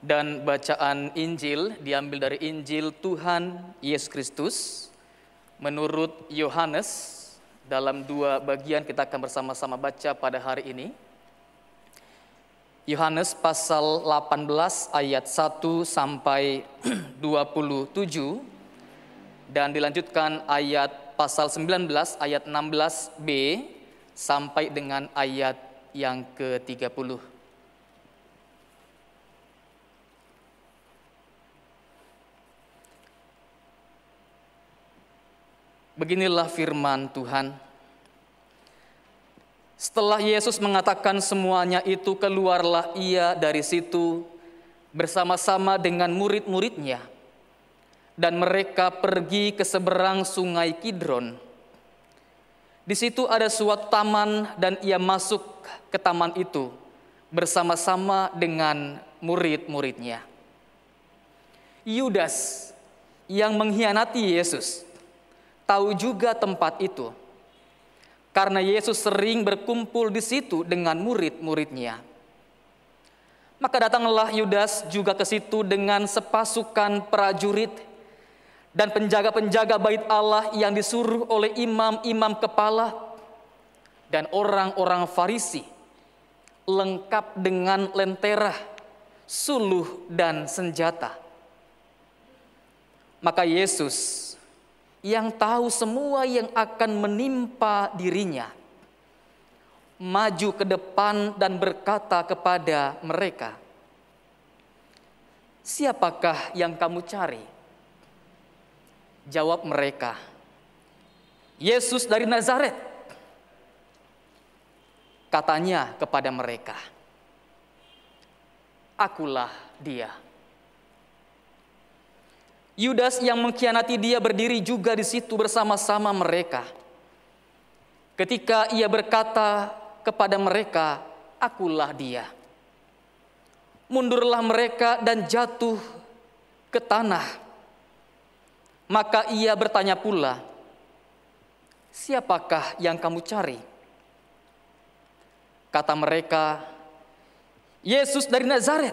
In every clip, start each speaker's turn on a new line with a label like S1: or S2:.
S1: Dan bacaan Injil diambil dari Injil Tuhan Yesus Kristus menurut Yohanes. Dalam 2 bagian kita akan bersama-sama baca pada hari ini. Yohanes pasal 18 ayat 1 sampai 27 dan dilanjutkan ayat pasal 19 ayat 16b sampai dengan ayat yang ke-30. Beginilah firman Tuhan. Setelah Yesus mengatakan semuanya itu, keluarlah ia dari situ bersama-sama dengan murid-muridnya. Dan mereka pergi ke seberang sungai Kidron. Di situ ada suatu taman dan ia masuk ke taman itu bersama-sama dengan murid-muridnya. Yudas yang mengkhianati Yesus tahu juga tempat itu, karena Yesus sering berkumpul di situ dengan murid-muridnya. Maka datanglah Yudas juga ke situ dengan sepasukan prajurit dan penjaga-penjaga bait Allah yang disuruh oleh imam-imam kepala dan orang-orang Farisi, lengkap dengan lentera, suluh, dan senjata. Maka Yesus yang tahu semua yang akan menimpa dirinya, maju ke depan dan berkata kepada mereka, "Siapakah yang kamu cari?" Jawab mereka, "Yesus dari Nazaret." Katanya kepada mereka, "Akulah dia." Yudas yang mengkhianati dia berdiri juga di situ bersama-sama mereka. Ketika ia berkata kepada mereka, "Akulah dia," mundurlah mereka dan jatuh ke tanah. Maka ia bertanya pula, "Siapakah yang kamu cari?" Kata mereka, "Yesus dari Nazaret."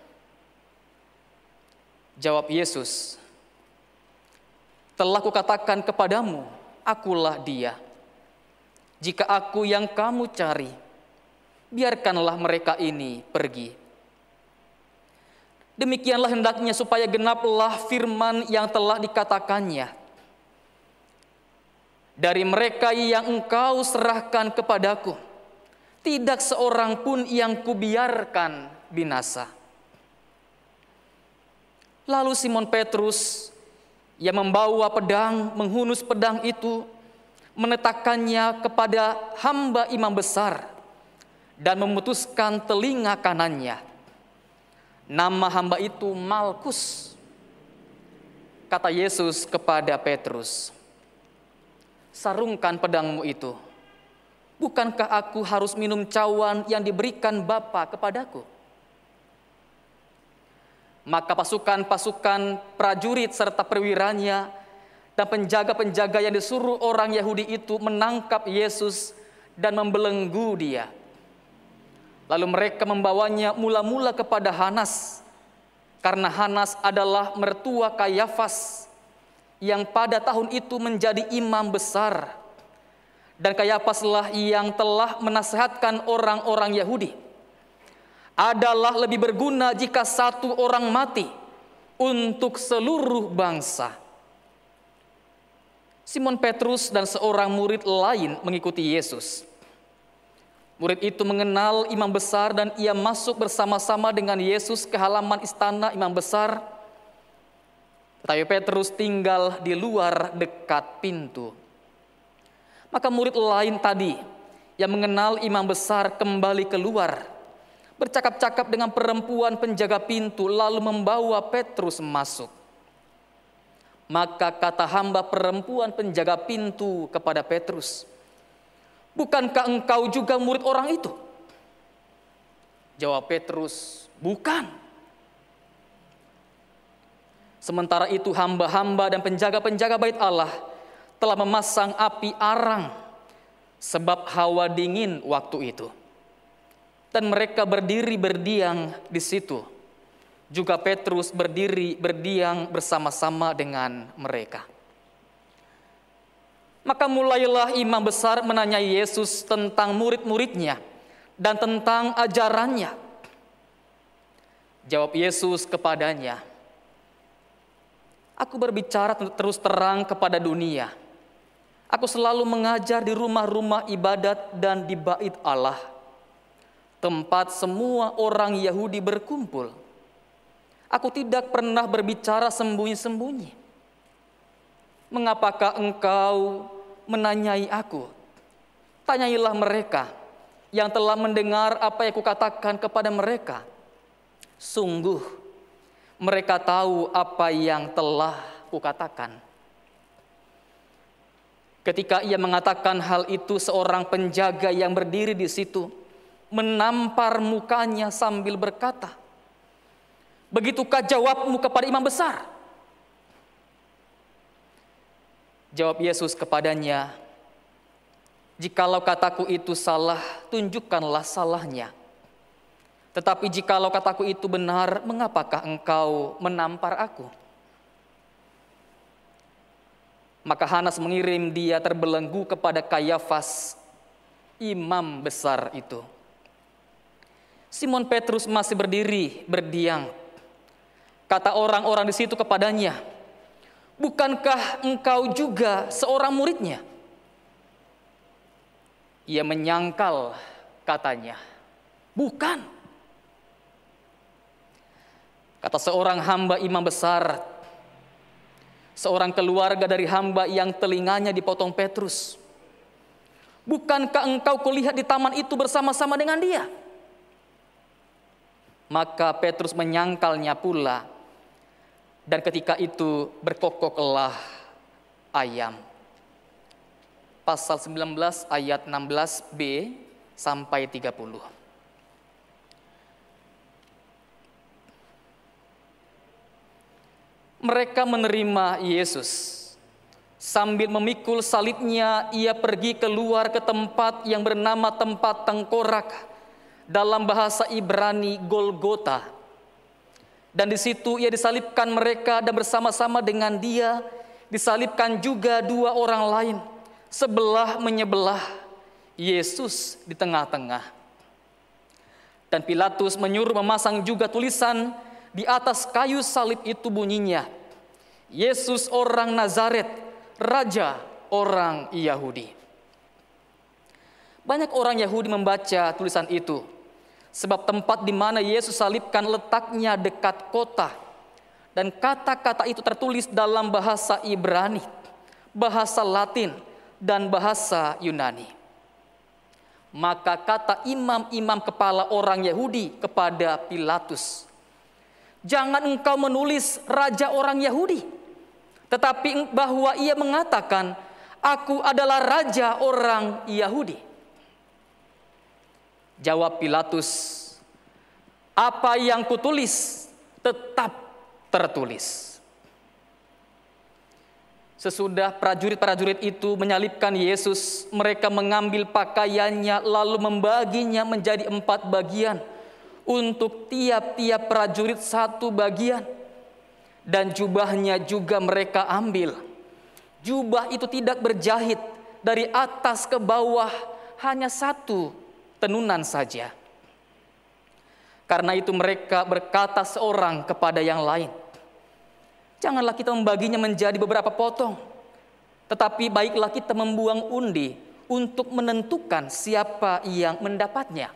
S1: Jawab Yesus, "Telah kukatakan kepadamu, akulah dia. Jika aku yang kamu cari, biarkanlah mereka ini pergi." Demikianlah hendaknya supaya genaplah firman yang telah dikatakannya, "Dari mereka yang engkau serahkan kepadaku, tidak seorang pun yang kubiarkan binasa." Lalu Simon Petrus yang membawa pedang, menghunus pedang itu, menetakannya kepada hamba imam besar dan memutuskan telinga kanannya. Nama hamba itu Malkus. Kata Yesus kepada Petrus, "Sarungkan pedangmu itu. Bukankah aku harus minum cawan yang diberikan Bapa kepadaku?" Maka pasukan-pasukan prajurit serta perwiranya dan penjaga-penjaga yang disuruh orang Yahudi itu menangkap Yesus dan membelenggu dia. Lalu mereka membawanya mula-mula kepada Hanas, karena Hanas adalah mertua Kayafas yang pada tahun itu menjadi imam besar. Dan Kayafaslah yang telah menasihatkan orang-orang Yahudi, adalah lebih berguna jika satu orang mati untuk seluruh bangsa. Simon Petrus dan seorang murid lain mengikuti Yesus. Murid itu mengenal imam besar dan ia masuk bersama-sama dengan Yesus ke halaman istana imam besar. Tetapi Petrus tinggal di luar dekat pintu. Maka murid lain tadi yang mengenal imam besar kembali keluar, bercakap-cakap dengan perempuan penjaga pintu, lalu membawa Petrus masuk. Maka kata hamba perempuan penjaga pintu kepada Petrus, "Bukankah engkau juga murid orang itu?" Jawab Petrus, "Bukan." Sementara itu hamba-hamba dan penjaga-penjaga bait Allah telah memasang api arang, sebab hawa dingin waktu itu. Dan mereka berdiri berdiam di situ, Juga Petrus berdiri berdiam bersama-sama dengan mereka. Maka mulailah imam besar menanyai Yesus tentang murid-muridnya dan tentang ajarannya. Jawab Yesus kepadanya, "Aku berbicara terus terang kepada dunia. Aku selalu mengajar di rumah-rumah ibadat dan di bait Allah, tempat semua orang Yahudi berkumpul. Aku tidak pernah berbicara sembunyi-sembunyi. Mengapakah engkau menanyai aku? Tanyailah mereka yang telah mendengar apa yang kukatakan kepada mereka. Sungguh, mereka tahu apa yang telah kukatakan." Ketika ia mengatakan hal itu, seorang penjaga yang berdiri di situ menampar mukanya sambil berkata, "Begitukah jawabmu kepada imam besar?" Jawab Yesus kepadanya, "Jikalau kataku itu salah, tunjukkanlah salahnya. Tetapi jikalau kataku itu benar, mengapakah engkau menampar aku?" Maka Hanas mengirim dia terbelenggu kepada Kayafas, imam besar itu. Simon Petrus masih berdiri berdiam. Kata orang-orang di situ kepadanya, "Bukankah engkau juga seorang muridnya?" Ia menyangkal, katanya, "Bukan." Kata seorang hamba imam besar, seorang keluarga dari hamba yang telinganya dipotong Petrus, "Bukankah engkau kulihat di taman itu bersama-sama dengan dia?" Maka Petrus menyangkalnya pula, dan ketika itu berkokoklah ayam. Pasal 19 ayat 16b sampai 30. Mereka menerima Yesus. Sambil memikul salibnya, ia pergi keluar ke tempat yang bernama tempat tengkorak, dalam bahasa Ibrani Golgota. Dan di situ ia disalibkan mereka, dan bersama-sama dengan dia disalibkan juga dua orang lain, sebelah menyebelah, Yesus di tengah-tengah. Dan Pilatus menyuruh memasang juga tulisan di atas kayu salib itu, bunyinya, "Yesus orang Nazaret, Raja orang Yahudi." Banyak orang Yahudi membaca tulisan itu, sebab tempat di mana Yesus salibkan letaknya dekat kota, dan kata-kata itu tertulis dalam bahasa Ibrani, bahasa Latin, dan bahasa Yunani. Maka kata imam-imam kepala orang Yahudi kepada Pilatus, "Jangan engkau menulis Raja orang Yahudi, tetapi bahwa ia mengatakan, 'Aku adalah Raja orang Yahudi.'" Jawab Pilatus, "Apa yang kutulis tetap tertulis." Sesudah prajurit-prajurit itu menyalibkan Yesus, mereka mengambil pakaiannya lalu membaginya menjadi 4 bagian, untuk tiap-tiap prajurit 1 bagian. Dan jubahnya juga mereka ambil. Jubah itu tidak berjahit, dari atas ke bawah hanya 1 tenunan saja. Karena itu mereka berkata seorang kepada yang lain, "Janganlah kita membaginya menjadi beberapa potong, tetapi baiklah kita membuang undi untuk menentukan siapa yang mendapatnya.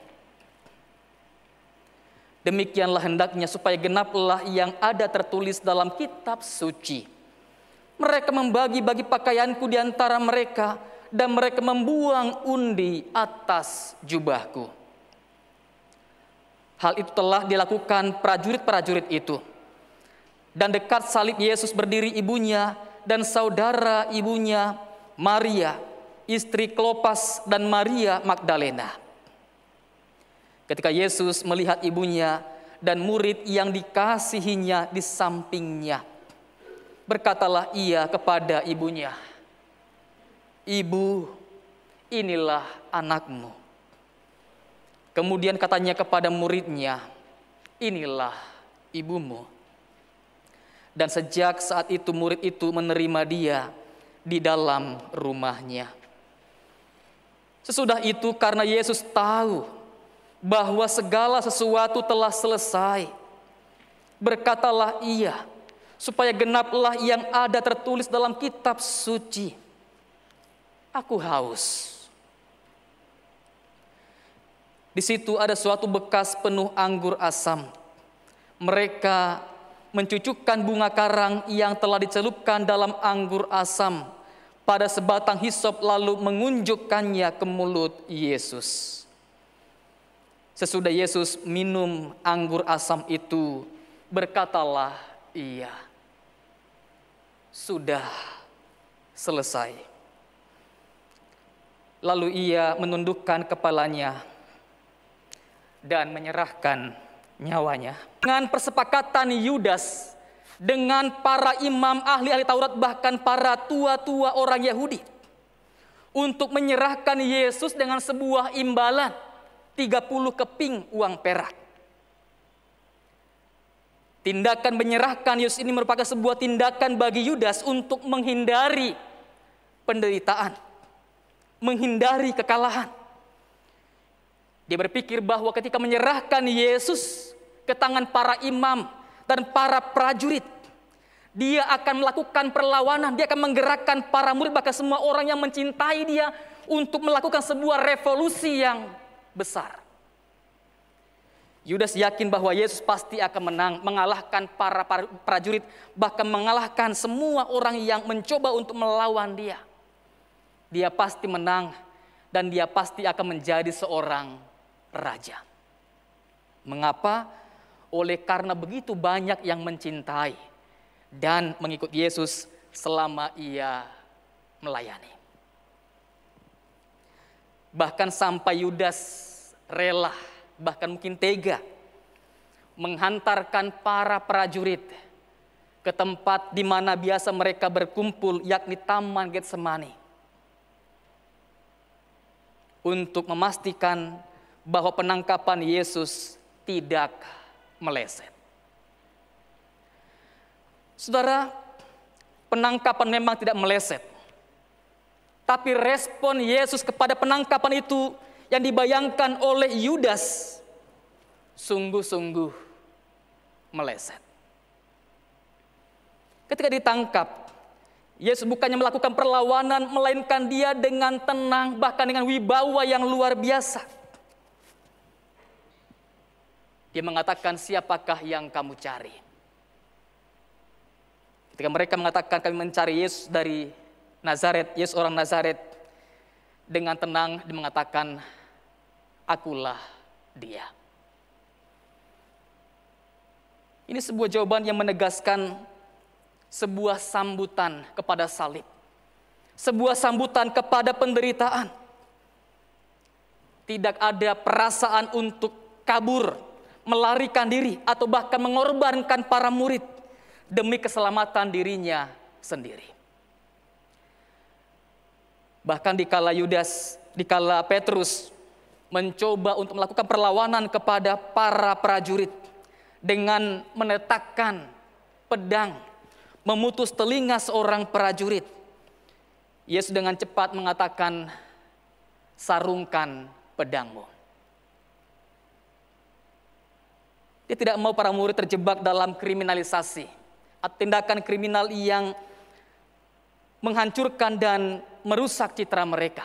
S1: Demikianlah hendaknya supaya genaplah yang ada tertulis dalam kitab suci. Mereka membagi-bagi pakaianku di antara mereka, dan mereka membuang undi atas jubahku." Hal itu telah dilakukan prajurit-prajurit itu. Dan dekat salib Yesus berdiri ibunya dan saudara ibunya, Maria, istri Klopas, dan Maria Magdalena. Ketika Yesus melihat ibunya dan murid yang dikasihinya di sampingnya, berkatalah ia kepada ibunya, "Ibu, inilah anakmu." Kemudian katanya kepada muridnya, "Inilah ibumu. Dan sejak saat itu murid itu menerima dia di dalam rumahnya. Sesudah itu karena Yesus tahu bahwa segala sesuatu telah selesai, berkatalah ia, supaya genaplah yang ada tertulis dalam kitab suci, aku haus. Di situ ada suatu bekas penuh anggur asam. Mereka mencucukkan bunga karang yang telah dicelupkan dalam anggur asam pada sebatang hisop, lalu mengunjukkannya ke mulut Yesus. Sesudah Yesus minum anggur asam itu, berkatalah ia, sudah selesai. Lalu ia menundukkan kepalanya dan menyerahkan nyawanya. Dengan persepakatan Yudas dengan para imam ahli-ahli Taurat, bahkan para tua-tua orang Yahudi, untuk menyerahkan Yesus dengan sebuah imbalan 30 keping uang perak. Tindakan menyerahkan Yesus ini merupakan sebuah tindakan bagi Yudas untuk menghindari penderitaan, menghindari kekalahan. Dia berpikir bahwa ketika menyerahkan Yesus ke tangan para imam dan para prajurit, dia akan melakukan perlawanan, dia akan menggerakkan para murid, bahkan semua orang yang mencintai dia untuk melakukan sebuah revolusi yang besar. Yudas yakin bahwa Yesus pasti akan menang, mengalahkan para prajurit, bahkan mengalahkan semua orang yang mencoba untuk melawan dia. Dia pasti menang dan dia pasti akan menjadi seorang raja. Mengapa? Oleh karena begitu banyak yang mencintai dan mengikut Yesus selama ia melayani. Bahkan sampai Yudas rela, bahkan mungkin tega, menghantarkan para prajurit ke tempat di mana biasa mereka berkumpul, yakni Taman Getsemani, untuk memastikan bahwa penangkapan Yesus tidak meleset. Saudara, penangkapan memang tidak meleset. Tapi respon Yesus kepada penangkapan itu yang dibayangkan oleh Yudas sungguh-sungguh meleset. Ketika ditangkap, Yesus bukannya melakukan perlawanan, melainkan dia dengan tenang, bahkan dengan wibawa yang luar biasa. Dia mengatakan, siapakah yang kamu cari? Ketika mereka mengatakan kami mencari Yesus dari Nazaret, Yesus orang Nazaret, dengan tenang dia mengatakan, akulah dia. Ini sebuah jawaban yang menegaskan sebuah sambutan kepada salib. Sebuah sambutan kepada penderitaan. Tidak ada perasaan untuk kabur, melarikan diri, atau bahkan mengorbankan para murid demi keselamatan dirinya sendiri. Bahkan dikala Petrus mencoba untuk melakukan perlawanan kepada para prajurit dengan meletakkan pedang, memutus telinga seorang prajurit, Yesus dengan cepat mengatakan, sarungkan pedangmu. Dia tidak mau para murid terjebak dalam kriminalisasi, tindakan kriminal yang menghancurkan dan merusak citra mereka.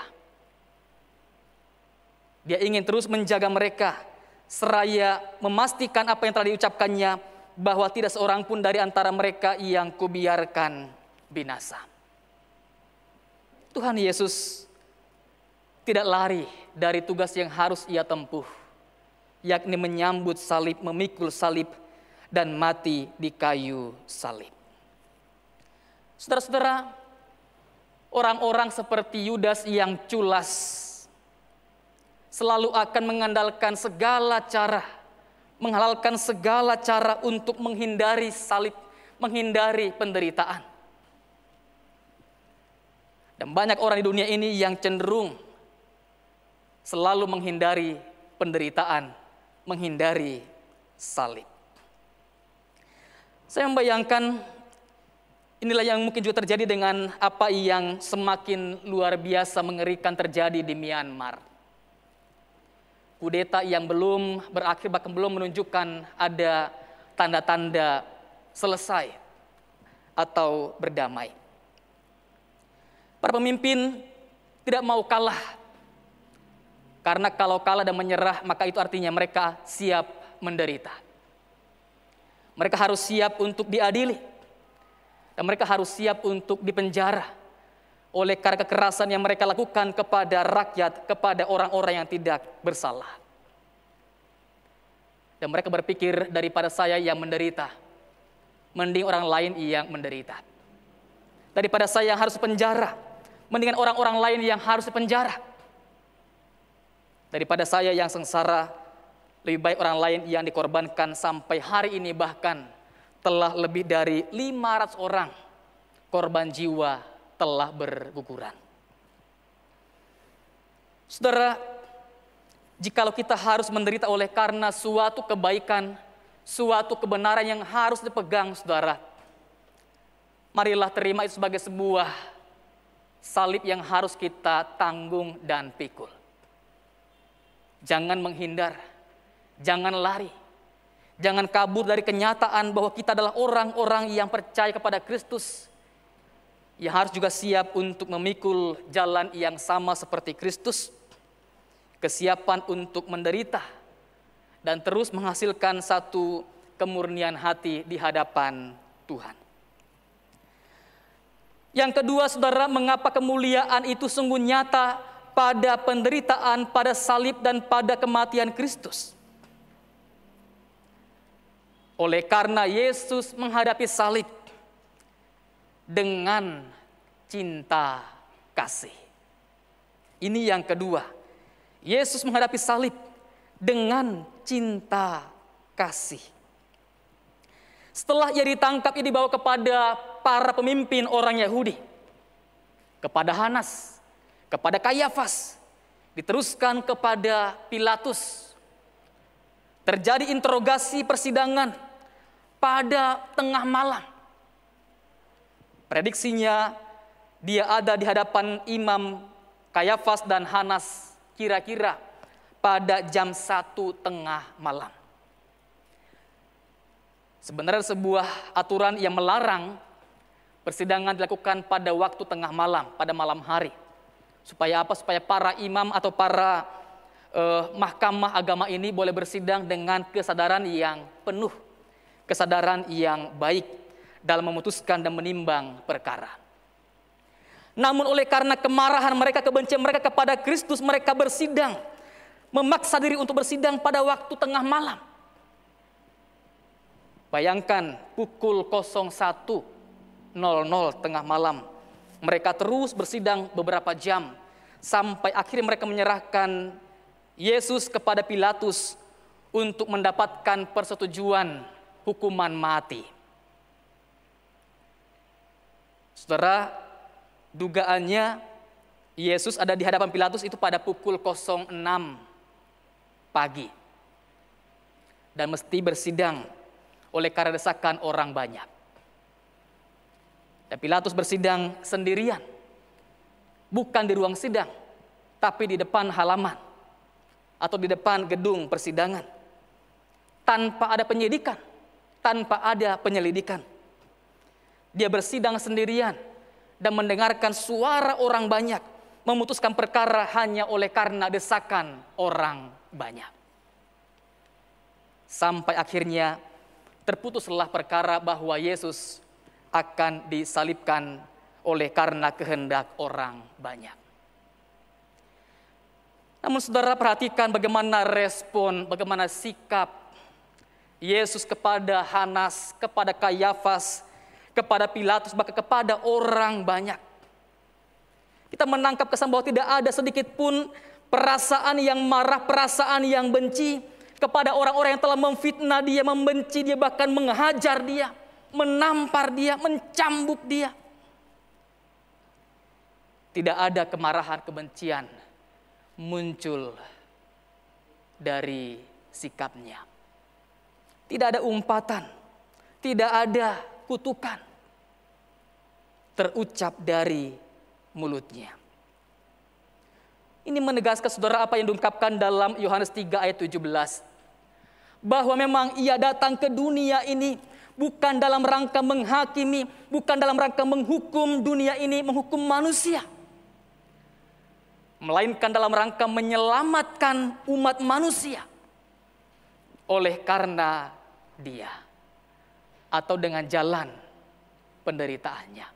S1: Dia ingin terus menjaga mereka, seraya memastikan apa yang telah diucapkannya, bahwa tidak seorang pun dari antara mereka yang kubiarkan binasa. Tuhan Yesus tidak lari dari tugas yang harus ia tempuh, yakni menyambut salib, memikul salib, dan mati di kayu salib. Saudara-saudara, orang-orang seperti Yudas yang culas selalu akan mengandalkan segala cara, menghalalkan segala cara untuk menghindari salib, menghindari penderitaan. Dan banyak orang di dunia ini yang cenderung selalu menghindari penderitaan, menghindari salib. Saya membayangkan inilah yang mungkin juga terjadi dengan apa yang semakin luar biasa mengerikan terjadi di Myanmar. Kudeta yang belum berakhir, bahkan belum menunjukkan ada tanda-tanda selesai atau berdamai. Para pemimpin tidak mau kalah, karena kalau kalah dan menyerah maka itu artinya mereka siap menderita. Mereka harus siap untuk diadili, dan mereka harus siap untuk dipenjara oleh karena kekerasan yang mereka lakukan kepada rakyat, kepada orang-orang yang tidak bersalah. Dan mereka berpikir, daripada saya yang menderita, mending orang lain yang menderita. Daripada saya yang harus penjara, mendingan orang-orang lain yang harus dipenjara. Daripada saya yang sengsara, lebih baik orang lain yang dikorbankan. Sampai hari ini bahkan telah lebih dari 500 orang korban jiwa telah berguguran. Saudara, jikalau kita harus menderita oleh karena suatu kebaikan, suatu kebenaran yang harus dipegang, saudara, marilah terima itu sebagai sebuah salib yang harus kita tanggung dan pikul. Jangan menghindar, jangan lari, jangan kabur dari kenyataan bahwa kita adalah orang-orang yang percaya kepada Kristus, yang harus juga siap untuk memikul jalan yang sama seperti Kristus, kesiapan untuk menderita, dan terus menghasilkan satu kemurnian hati di hadapan Tuhan. Yang kedua, saudara, mengapa kemuliaan itu sungguh nyata pada penderitaan, pada salib, dan pada kematian Kristus? Oleh karena Yesus menghadapi salib dengan cinta kasih. Ini yang kedua. Yesus menghadapi salib dengan cinta kasih. Setelah ia ditangkap, ia dibawa kepada para pemimpin orang Yahudi, kepada Hanas, kepada Kayafas, diteruskan kepada Pilatus. Terjadi interogasi persidangan pada tengah malam. Prediksinya dia ada di hadapan Imam Kayafas dan Hanas kira-kira pada jam 1 tengah malam. Sebenarnya sebuah aturan yang melarang persidangan dilakukan pada waktu tengah malam, pada malam hari. Supaya apa? Supaya para imam atau para mahkamah agama ini boleh bersidang dengan kesadaran yang penuh, kesadaran yang baik dalam memutuskan dan menimbang perkara. Namun oleh karena kemarahan mereka, kebencian mereka kepada Kristus, mereka bersidang, memaksa diri untuk bersidang pada waktu tengah malam. Bayangkan pukul 01.00 tengah malam, mereka terus bersidang beberapa jam, sampai akhirnya mereka menyerahkan Yesus kepada Pilatus untuk mendapatkan persetujuan hukuman mati. Saudara, dugaannya Yesus ada di hadapan Pilatus itu pada pukul 06 pagi. Dan mesti bersidang oleh karena desakan orang banyak. Dan Pilatus bersidang sendirian. Bukan di ruang sidang, tapi di depan halaman atau di depan gedung persidangan. Tanpa ada penyidikan, tanpa ada penyelidikan. Dia bersidang sendirian dan mendengarkan suara orang banyak, memutuskan perkara hanya oleh karena desakan orang banyak. Sampai akhirnya terputuslah perkara bahwa Yesus akan disalibkan oleh karena kehendak orang banyak. Namun saudara, perhatikan bagaimana respon, bagaimana sikap Yesus kepada Hanas, kepada Kayafas, kepada Pilatus, bahkan kepada orang banyak. Kita menangkap kesan bahwa tidak ada sedikit pun perasaan yang marah, perasaan yang benci kepada orang-orang yang telah memfitnah dia, membenci dia, bahkan menghajar dia, menampar dia, mencambuk dia. Tidak ada kemarahan, kebencian muncul dari sikapnya. Tidak ada umpatan, tidak ada kutukan terucap dari mulutnya. Ini menegaskan saudara apa yang diungkapkan dalam Yohanes 3 ayat 17. Bahwa memang ia datang ke dunia ini bukan dalam rangka menghakimi, bukan dalam rangka menghukum dunia ini, menghukum manusia. Melainkan dalam rangka menyelamatkan umat manusia. Oleh karena dia. Atau dengan jalan penderitaannya.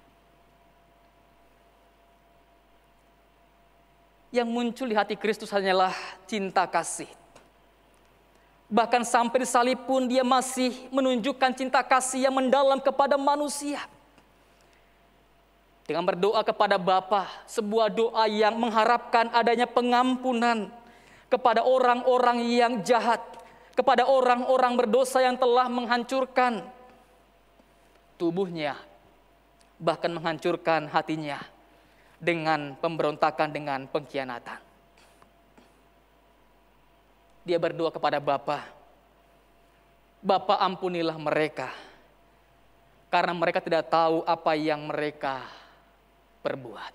S1: Yang muncul di hati Kristus hanyalah cinta kasih. Bahkan sampai di salib pun dia masih menunjukkan cinta kasih yang mendalam kepada manusia. Dengan berdoa kepada Bapa, sebuah doa yang mengharapkan adanya pengampunan kepada orang-orang yang jahat, kepada orang-orang berdosa yang telah menghancurkan tubuhnya, bahkan menghancurkan hatinya dengan pemberontakan, dengan pengkhianatan. Dia berdoa kepada Bapa, Bapa ampunilah mereka, karena mereka tidak tahu apa yang mereka perbuat.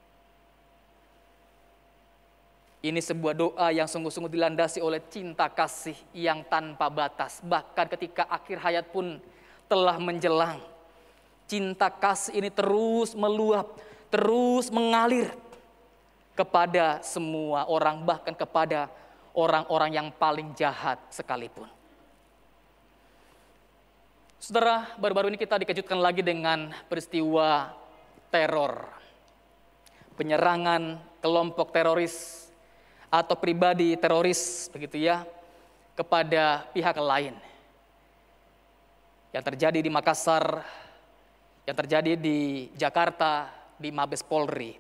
S1: Ini sebuah doa yang sungguh-sungguh dilandasi oleh cinta kasih yang tanpa batas. Bahkan ketika akhir hayat pun telah menjelang, cinta kasih ini terus meluap, terus mengalir kepada semua orang, bahkan kepada orang-orang yang paling jahat sekalipun. Saudara, baru-baru ini kita dikejutkan lagi dengan peristiwa teror. Penyerangan kelompok teroris atau pribadi teroris, begitu ya, kepada pihak lain. Yang terjadi di Makassar, yang terjadi di Jakarta, di Mabes Polri.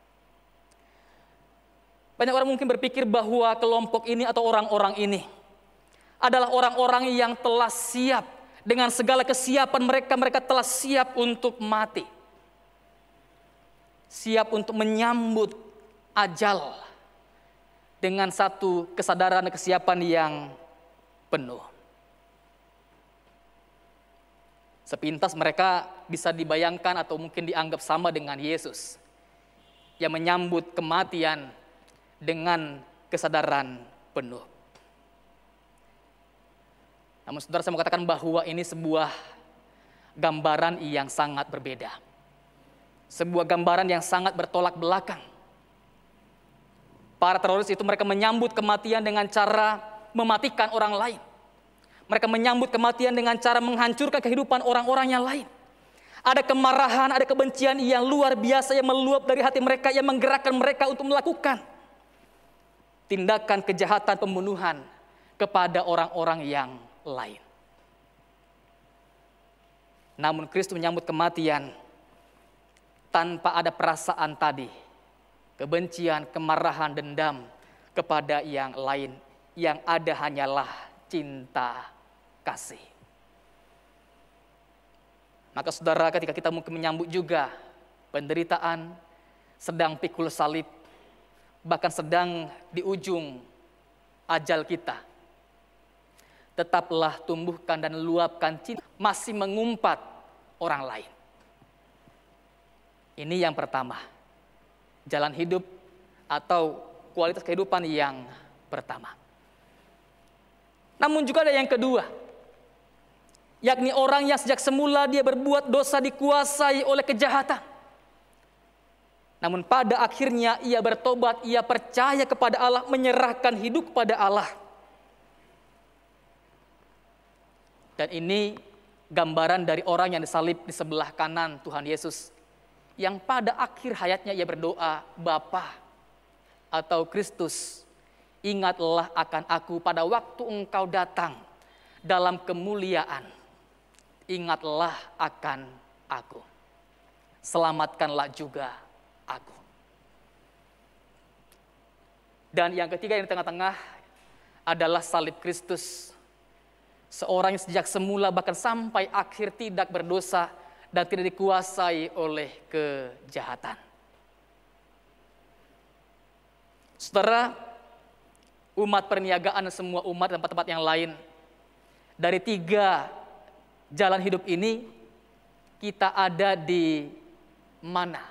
S1: Banyak orang mungkin berpikir bahwa kelompok ini atau orang-orang ini adalah orang-orang yang telah siap dengan segala kesiapan mereka. Mereka telah siap untuk mati. Siap untuk menyambut ajal dengan satu kesadaran dan kesiapan yang penuh. Sepintas mereka bisa dibayangkan atau mungkin dianggap sama dengan Yesus yang menyambut kematian dengan kesadaran penuh. Namun saudara, saya mau katakan bahwa ini sebuah gambaran yang sangat berbeda. Sebuah gambaran yang sangat bertolak belakang. Para teroris itu mereka menyambut kematian dengan cara mematikan orang lain. Mereka menyambut kematian dengan cara menghancurkan kehidupan orang-orang yang lain. Ada kemarahan, ada kebencian yang luar biasa yang meluap dari hati mereka, yang menggerakkan mereka untuk melakukan tindakan kejahatan pembunuhan kepada orang-orang yang lain. Namun Kristus menyambut kematian tanpa ada perasaan tadi, kebencian, kemarahan, dendam kepada yang lain. Yang ada hanyalah cinta kasih. Maka saudara, ketika kita mungkin menyambut juga penderitaan, sedang pikul salib, bahkan sedang di ujung ajal kita, tetaplah tumbuhkan dan luapkan cinta masih mengumpat orang lain. Ini yang pertama, jalan hidup atau kualitas kehidupan yang pertama. Namun juga ada yang kedua, yakni orang yang sejak semula dia berbuat dosa dikuasai oleh kejahatan. Namun pada akhirnya ia bertobat, ia percaya kepada Allah, menyerahkan hidup kepada Allah. Dan ini gambaran dari orang yang disalib di sebelah kanan Tuhan Yesus, yang pada akhir hayatnya ia berdoa, Bapa atau Kristus, ingatlah akan aku pada waktu engkau datang dalam kemuliaan. Ingatlah akan aku. Selamatkanlah juga aku. Dan yang ketiga yang di tengah-tengah adalah salib Kristus. Seorang yang sejak semula bahkan sampai akhir tidak berdosa dan tidak dikuasai oleh kejahatan. Saudara, umat perniagaan dan semua umat dan tempat-tempat yang lain, dari 3 jalan hidup ini kita ada di mana?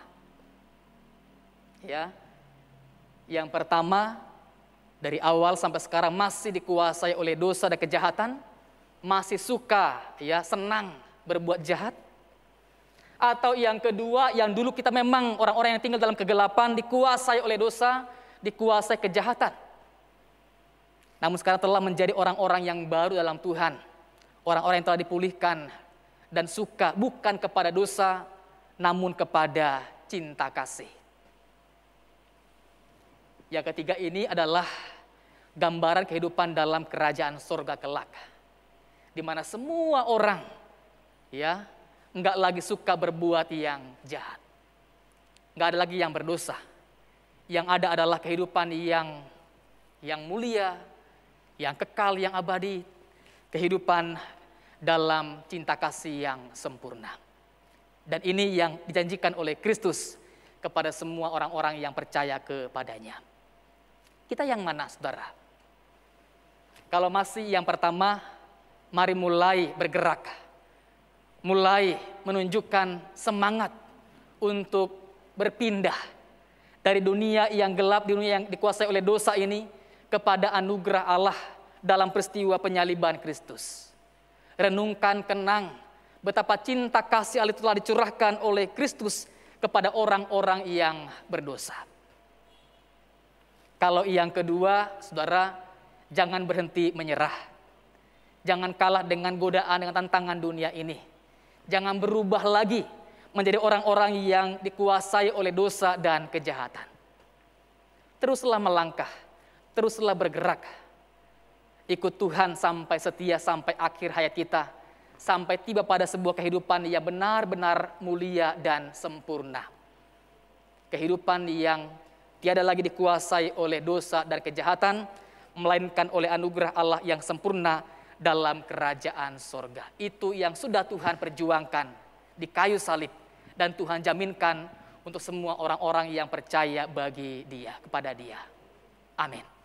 S1: Ya. Yang pertama, dari awal sampai sekarang masih dikuasai oleh dosa dan kejahatan, masih suka, ya, senang berbuat jahat. Atau yang kedua, yang dulu kita memang orang-orang yang tinggal dalam kegelapan, dikuasai oleh dosa, dikuasai kejahatan. Namun sekarang telah menjadi orang-orang yang baru dalam Tuhan. Orang-orang yang telah dipulihkan dan suka bukan kepada dosa, namun kepada cinta kasih. Yang ketiga ini adalah gambaran kehidupan dalam kerajaan surga kelak. Di mana semua orang, ya, enggak lagi suka berbuat yang jahat. Enggak ada lagi yang berdosa. Yang ada adalah kehidupan yang mulia, yang kekal, yang abadi. Kehidupan dalam cinta kasih yang sempurna. Dan ini yang dijanjikan oleh Kristus kepada semua orang-orang yang percaya kepadanya. Kita yang mana, saudara? Kalau masih yang pertama, mari mulai bergerak. Mulai menunjukkan semangat untuk berpindah dari dunia yang gelap, dunia yang dikuasai oleh dosa ini, kepada anugerah Allah dalam peristiwa penyaliban Kristus. Renungkan, kenang betapa cinta kasih Allah itu telah dicurahkan oleh Kristus kepada orang-orang yang berdosa. Kalau yang kedua, saudara, jangan berhenti menyerah. Jangan kalah dengan godaan, dengan tantangan dunia ini. Jangan berubah lagi menjadi orang-orang yang dikuasai oleh dosa dan kejahatan. Teruslah melangkah, teruslah bergerak. Ikut Tuhan sampai setia, sampai akhir hayat kita. Sampai tiba pada sebuah kehidupan yang benar-benar mulia dan sempurna. Kehidupan yang tiada lagi dikuasai oleh dosa dan kejahatan, melainkan oleh anugerah Allah yang sempurna dalam kerajaan sorga. Itu yang sudah Tuhan perjuangkan di kayu salib, dan Tuhan jaminkan untuk semua orang-orang yang percaya bagi Dia, kepada Dia. Amin.